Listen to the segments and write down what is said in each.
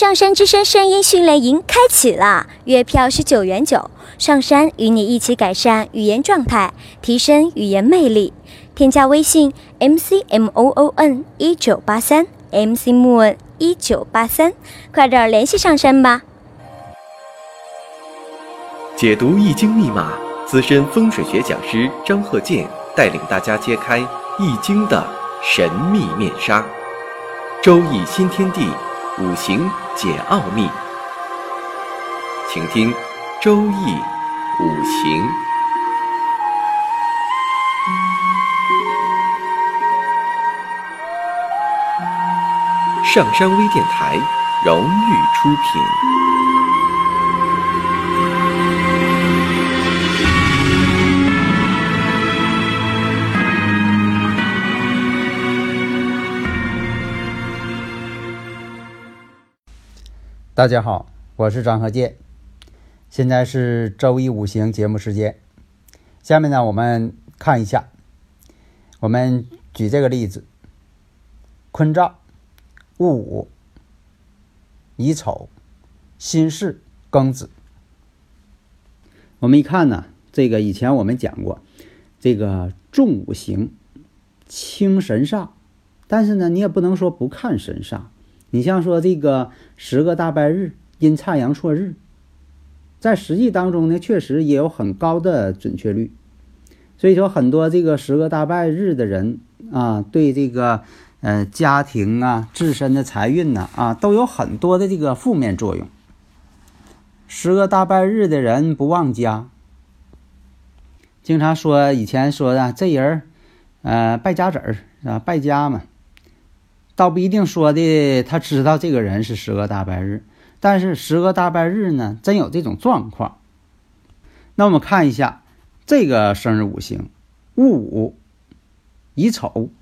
上山之声声音训练营开启了，月票是9元9，上山与你一起改善语言状态，提升语言魅力。添加微信 MCMOON1983 MCMOON1983，快点联系上山吧。 解读易经密码，资深风水学讲师张鹤剑带领大家揭开易经的神秘面纱。周易新天地，五行解奥秘，请听周易五行。上山微电台荣誉出品。 大家好，我是张鹤剑，现在是周易五行节目时间。下面呢，我们看一下，我们举这个例子：坤兆、戊午、乙丑、辛巳、庚子。我们一看呢，这个以前我们讲过，这个重五行，轻神煞，但是呢，你也不能说不看神煞。你像说这个10个大败日、阴差阳错日，在实际当中呢，确实也有很高的准确率。所以说，很多这个10个大败日的人啊，对这个家庭啊、自身的财运呐都有很多的这个负面作用。10个大败日的人不旺家，经常说以前说的这人败家子儿啊，败家嘛。倒不一定说的他知道这个人是10个大败日，但是10个大败日呢，真有这种状况。那我们看一下这个生日五行：戊午、乙丑、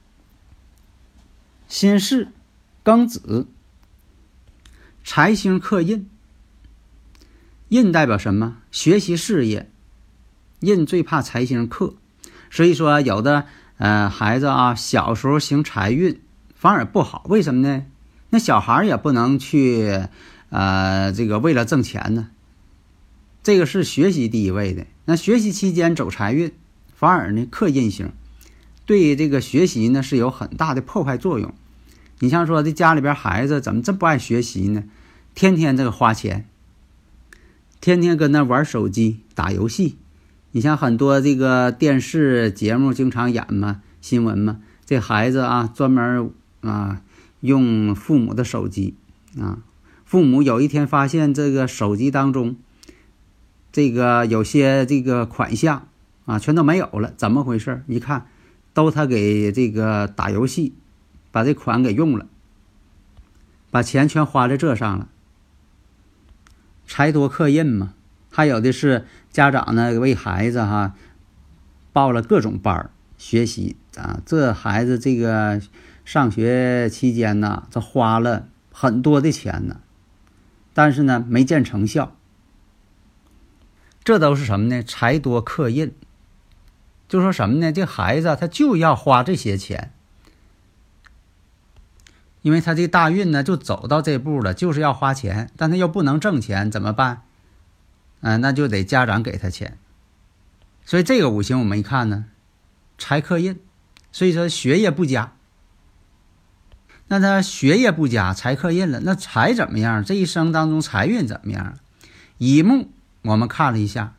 辛巳、庚子。财星克印，印代表什么？学习事业。印最怕财星克，所以说有的孩子啊，小时候行财运反而不好，为什么呢？那小孩也不能去这个为了挣钱呢，这个是学习第一位的。那学习期间走财运，反而呢克印星，对这个学习呢是有很大的破坏作用。你像说这家里边孩子怎么这不爱学习呢？天天这个花钱，天天跟那玩手机打游戏。你像很多这个电视节目经常演嘛，新闻嘛，这孩子啊专门用父母的手机啊，父母有一天发现这个手机当中这个有些这个款项啊全都没有了，怎么回事？一看都他给这个打游戏把这款给用了，把钱全花在这上了。财多克印嘛。还有的是家长呢为孩子报了各种班学习啊，这孩子这个上学期间呢，这花了很多的钱呢，但是呢没见成效。这都是什么呢？财多克印。就说什么呢？这孩子他就要花这些钱，因为他这大运呢就走到这步了，就是要花钱，但他又不能挣钱，怎么办？那就得家长给他钱。所以这个五行我们一看呢，财克印，所以说学业不佳。那他学业不佳，财克印了，那财怎么样？这一生当中财运怎么样？乙木我们看了一下，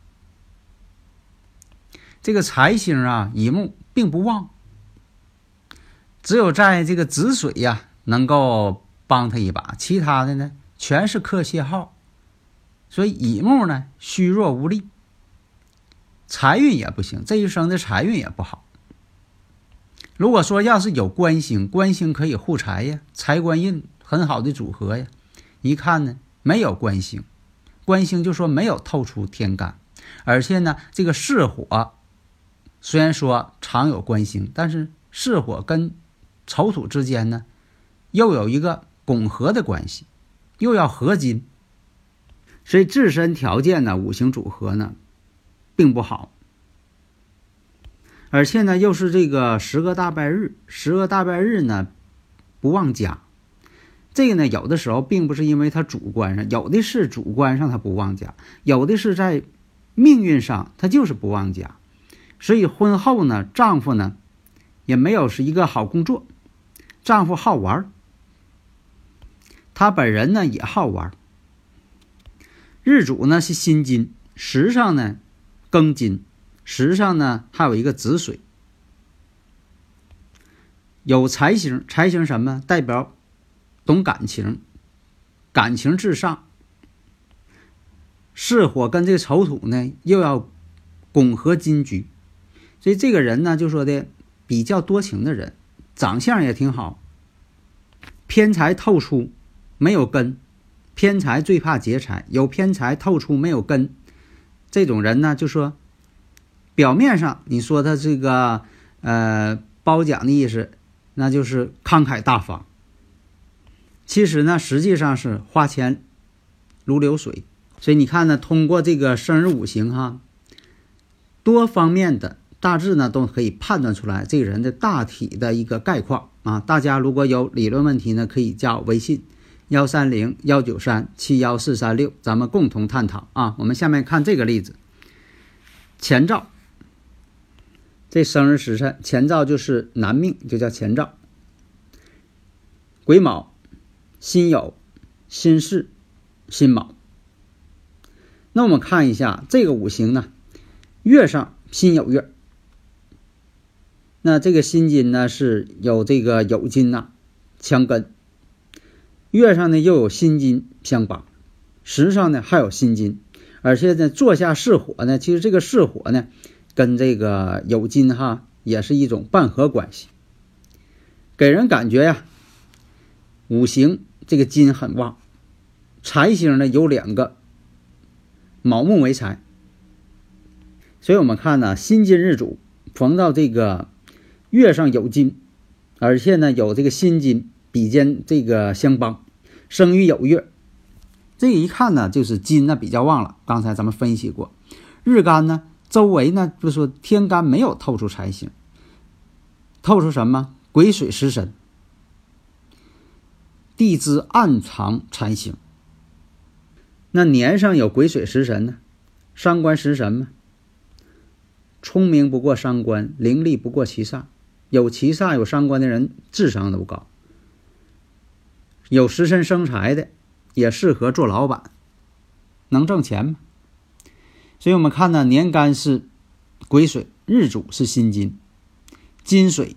这个财星啊，乙木并不旺，只有在这个子水能够帮他一把，其他的呢全是克泄耗。所以乙木呢虚弱无力，财运也不行，这一生的财运也不好。如果说要是有官星，官星可以护财呀，财官印很好的组合呀。一看呢没有官星，官星就说没有透出天干，而且呢这个巳火虽然说常有官星，但是巳火跟丑土之间呢又有一个拱合的关系，又要合金，所以自身条件呢五行组合呢并不好。而且呢又是这个10个大败日，10个大败日呢不旺家， 这个呢，有的时候并不是因为他主观上，有的是主观上他不旺家，有的是在命运上他就是不旺家。所以婚后呢，丈夫呢也没有是一个好工作，丈夫好玩，他本人呢也好玩。日主呢是辛金，时上呢庚金，时上呢还有一个子水，有财星，财星什么？代表懂感情，感情至上。巳火跟这个丑土呢又要拱合金局，所以这个人呢就说的比较多情的人，长相也挺好，偏财透出没有根，偏财最怕劫财，有偏财透出没有根，这种人呢就说表面上你说他这个褒奖的意思，那就是慷慨大方，其实呢实际上是花钱如流水。所以你看呢，通过这个生日五行哈，多方面的大致呢都可以判断出来这个人的大体的一个概况啊。大家如果有理论问题呢，可以加我微信130-193-71436，咱们共同探讨啊。我们下面看这个例子，前兆，这生日时辰前兆就是男命，就叫前兆，癸卯、辛酉、辛巳、辛卯。那我们看一下这个五行呢，月上辛酉月，那这个辛金呢是有这个酉金呐强根，月上呢又有辛金相帮，时上呢还有辛金，而且呢坐下巳火呢，其实这个巳火呢跟这个酉金哈也是一种半合关系，给人感觉呀，五行这个金很旺，财星呢有两个，卯木为财。所以我们看呢，辛金日主逢到这个月上有金，而且呢有这个辛金比肩这个相帮，生于酉月，这个一看呢就是金呢比较旺了。刚才咱们分析过，日干呢周围呢就是说天干没有透出财星，透出什么？癸水食神，地支暗藏财星。那年上有癸水食神呢，伤官食神嘛，聪明不过伤官，伶俐不过七煞。有七煞有伤官的人智商都高，有食神生财的也适合做老板，能挣钱嘛。所以我们看呢，年干是癸水，日主是辛金，金水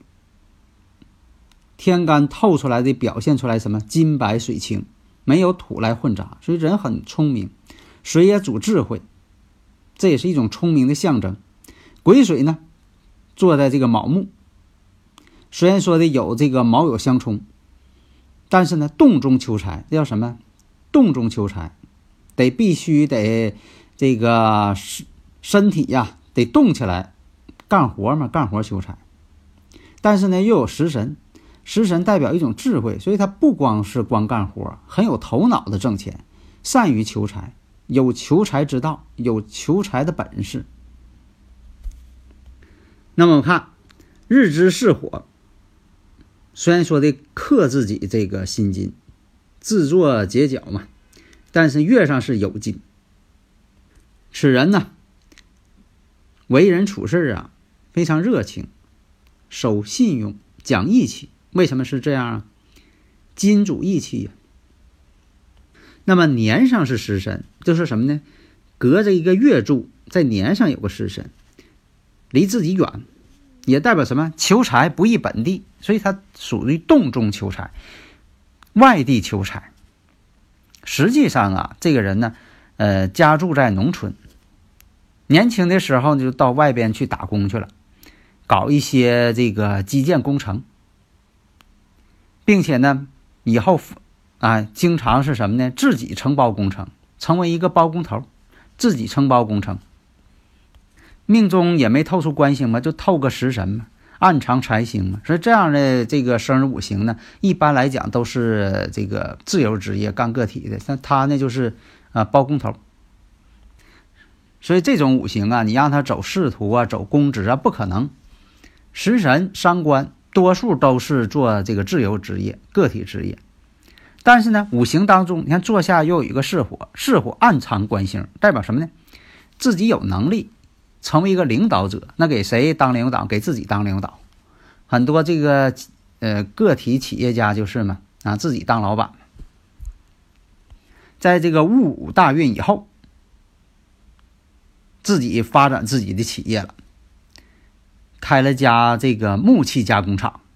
天干透出来的表现出来什么？金白水清，没有土来混杂，所以人很聪明。水也主智慧，这也是一种聪明的象征。癸水呢坐在这个卯木，虽然说的有这个卯酉相冲，但是呢动中求财，这叫什么？动中求财，必须得这个身体呀得动起来，干活嘛，干活求财。但是呢又有食神，食神代表一种智慧，所以他不光是光干活，很有头脑的挣钱，善于求财，有求财之道，有求财的本事。那么我们看日支巳火，虽然说的克自己这个辛金，自作结角嘛，但是月上是酉金。此人呢为人处事啊非常热情，守信用，讲义气。为什么是这样啊？金主义气呀。那么年上是食神，就是什么呢？隔着一个月柱，在年上有个食神，离自己远，也代表什么？求财不易本地，所以他属于动中求财，外地求财。实际上啊，这个人呢家住在农村，年轻的时候就到外边去打工去了，搞一些这个基建工程，并且呢以后经常是什么呢？自己承包工程，成为一个包工头，自己承包工程。命中也没透出官星嘛，就透个食神嘛，暗藏财星嘛。所以这样的这个生日五行呢，一般来讲都是这个自由职业干个体的，像他呢就是包工头。所以这种五行啊，你让他走仕途啊，走公职啊，不可能。食神伤官多数都是做这个自由职业、个体职业。 但是呢，五行当中，你看坐下又有一个巳火，巳火暗藏官星，代表什么呢？自己有能力成为一个领导者，那给谁当领导？给自己当领导。很多这个个体企业家就是嘛，自己当老板。在这个戊午大运以后，自己发展自己的企业了，开了家这个木器加工厂，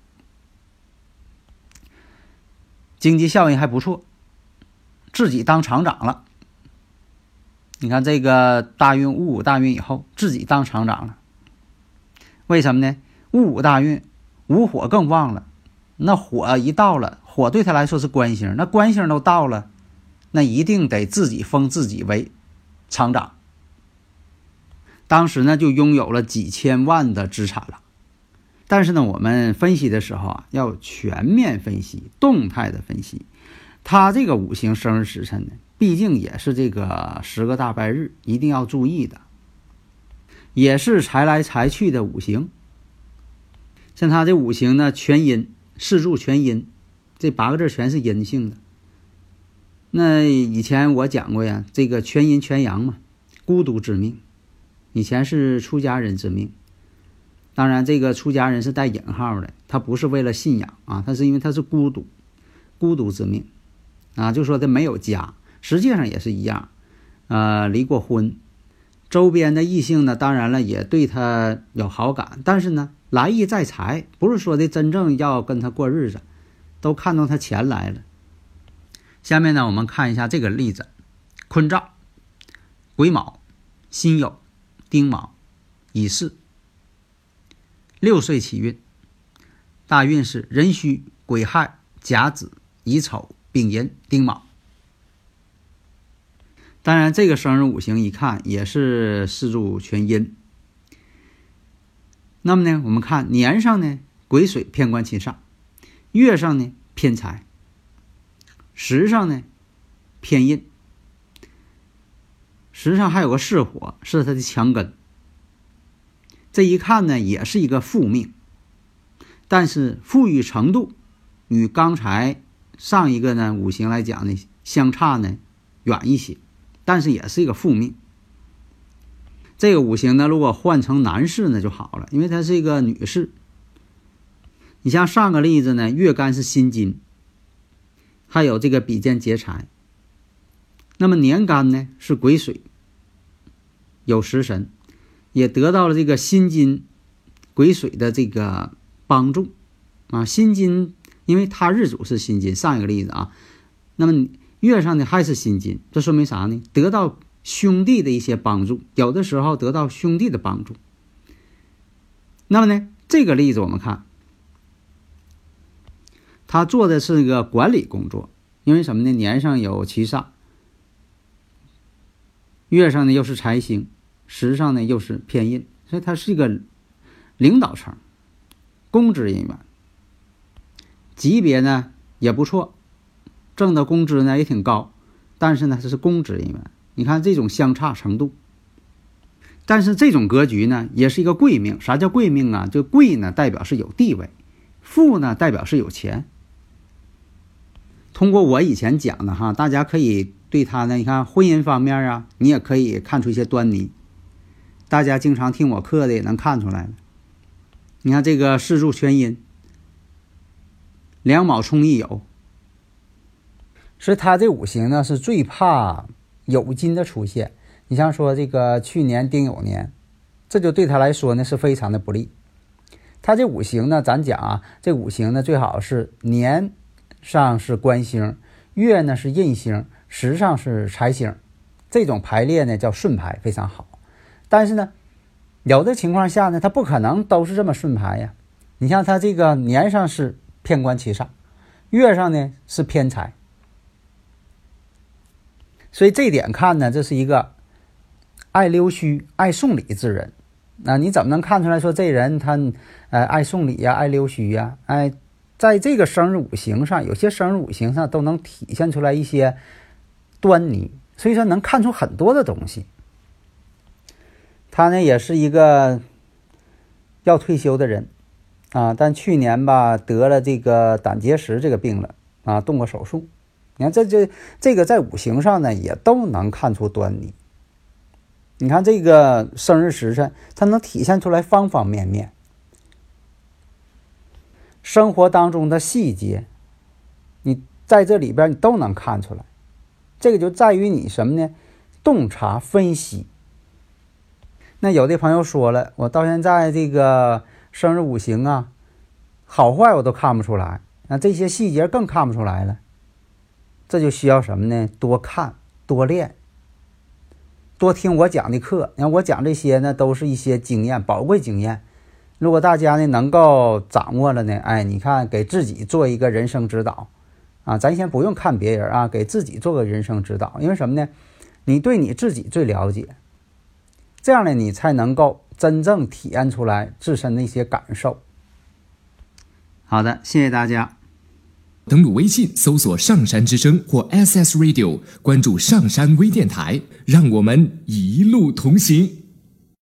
经济效益还不错，自己当厂长了。你看这个大运戊午大运以后，自己当厂长了。为什么呢？戊午大运，午火更旺了。那火一到了，火对他来说是官星，那官星都到了，那一定得自己封自己为厂长。当时呢，就拥有了几千万的资产了。但是呢，我们分析的时候要全面分析，动态的分析。他这个五行生日时辰呢，毕竟也是这个10个大败日，一定要注意的，也是财来财去的五行。像他这五行呢，全阴，四柱全阴，这8个字全是阴性的。那以前我讲过呀，这个全阴全阳嘛，孤独之命，以前是出家人之命。当然这个出家人是带引号的，他不是为了信仰他是因为他是孤独之命就说他没有家，实际上也是一样离过婚，周边的异性呢，当然了也对他有好感，但是呢来意在财，不是说的真正要跟他过日子，都看到他钱来了。下面呢我们看一下这个例子，坤兆、癸卯、辛酉、丁卯、乙巳，6岁起运，大运是壬戌、癸亥、甲子、乙丑、丙寅、丁卯。当然这个生日五行一看也是四柱全阴。那么呢我们看年上呢癸水偏官其上，月上呢偏财，时上呢偏印，时上还有个巳火是他的强根。这一看呢也是一个富命，但是富裕程度与刚才上一个呢五行来讲呢相差呢远一些，但是也是一个富命。这个五行呢如果换成男士呢就好了，因为它是一个女士。你像上个例子呢，月干是辛金，还有这个比肩劫财。那么年干呢是癸水，有食神，也得到了这个辛金癸水的这个帮助辛金因为他日主是辛金，上一个例子那么月上呢还是辛金，这说明啥呢？得到兄弟的一些帮助，有的时候得到兄弟的帮助。那么呢这个例子我们看他做的是一个管理工作，因为什么呢？年上有七煞，月上呢又是财星，时上呢又是偏印，所以他是一个领导层，公职人员，级别呢也不错，挣的工资呢也挺高，但是呢这是公职人员。你看这种相差程度。但是这种格局呢也是一个贵命。啥叫贵命就贵呢代表是有地位，富呢代表是有钱。通过我以前讲的大家可以对他呢，你看婚姻方面你也可以看出一些端倪。大家经常听我课的也能看出来了。你看这个四柱全阴，两卯冲一酉，所以他这五行呢是最怕酉金的出现。你像说这个去年丁酉年，这就对他来说呢是非常的不利。他这五行呢咱讲这五行呢最好是年上是官星，月呢是印星，时上是财星，这种排列呢叫顺排，非常好。但是呢有的情况下呢他不可能都是这么顺排呀。你像他这个年上是偏官其上，月上呢是偏财，所以这点看呢这是一个爱溜须爱送礼之人。那你怎么能看出来说这人他爱送礼爱溜须在这个生日五行上，有些生日五行上都能体现出来一些端倪，所以说能看出很多的东西。他呢也是一个要退休的人但去年得了这个胆结石这个病了动过手术。 你看这个在五行上呢也都能看出端倪。你看这个生日时辰，它能体现出来方方面面，生活当中的细节，你在这里边你都能看出来。这个就在于你什么呢？洞察分析。那有的朋友说了，我到现在这个生日五行啊，好坏我都看不出来，那这些细节更看不出来了。这就需要什么呢？多看多练，多听我讲的课。你看我讲这些呢，都是一些经验，宝贵经验。如果大家呢能够掌握了呢，你看给自己做一个人生指导啊，咱先不用看别人啊，给自己做个人生指导。因为什么呢？你对你自己最了解，这样呢你才能够真正体验出来自身的一些感受。好的，谢谢大家。 登录微信搜索上山之声或 SS Radio， 关注上山微电台，让我们一路同行。